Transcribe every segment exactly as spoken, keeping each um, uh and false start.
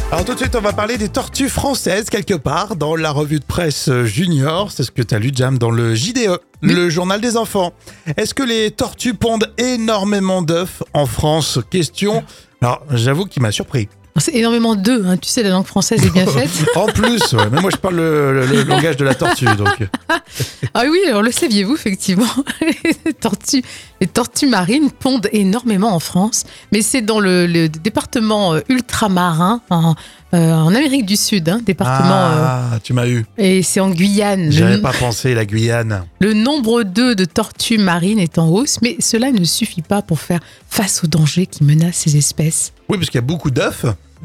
Alors tout de suite, on va parler des tortues françaises quelque part dans la revue de presse junior. C'est ce que tu as lu, Jam, dans le J D E, oui. Le journal des enfants. Est-ce que les tortues pondent énormément d'œufs en France? Question. Alors, j'avoue qu'il m'a surpris. C'est énormément d'eux, hein. Tu sais, la langue française est bien faite. En plus, ouais. Mais moi je parle le, le, le langage de la tortue. Donc. Ah oui, alors le saviez-vous, effectivement. Les tortues, les tortues marines pondent énormément en France, mais c'est dans le, le département ultramarin, en, euh, en Amérique du Sud, hein, département. Ah, euh, tu m'as eu. Et c'est en Guyane. J'avais le, pas pensé, la Guyane. Le nombre d'œufs de tortues marines est en hausse, mais cela ne suffit pas pour faire face aux dangers qui menacent ces espèces. Oui, parce qu'il y a beaucoup d'œufs.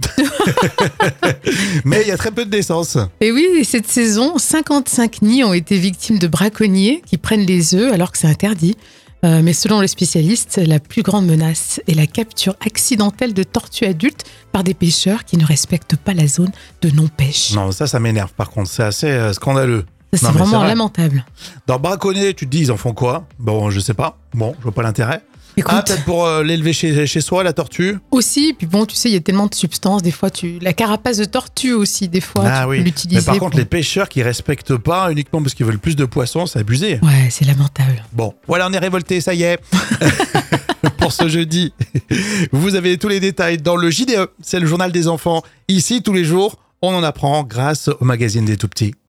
Mais il y a très peu de naissances. Et oui, cette saison, cinquante-cinq nids ont été victimes de braconniers qui prennent les œufs alors que c'est interdit. Euh, mais selon les spécialistes, la plus grande menace est la capture accidentelle de tortues adultes par des pêcheurs qui ne respectent pas la zone de non-pêche. Non, ça, ça m'énerve par contre. C'est assez euh, scandaleux. Ça, c'est non, vraiment c'est lamentable. Dans braconner, tu te dis, ils en font quoi? Bon, je sais pas. Bon, je vois pas l'intérêt. Écoute, ah, peut-être pour euh, l'élever chez, chez soi, la tortue? Aussi, puis bon, tu sais, il y a tellement de substances, des fois, tu la carapace de tortue aussi, des fois, ah, tu oui. peux l'utiliser. Mais par contre, pour... les pêcheurs qui respectent pas uniquement parce qu'ils veulent plus de poissons, c'est abusé. Ouais, c'est lamentable. Bon, voilà, on est révoltés, ça y est. Pour ce jeudi, vous avez tous les détails dans le J D E, c'est le journal des enfants. Ici, tous les jours, on en apprend grâce au magazine des Tout-Petits.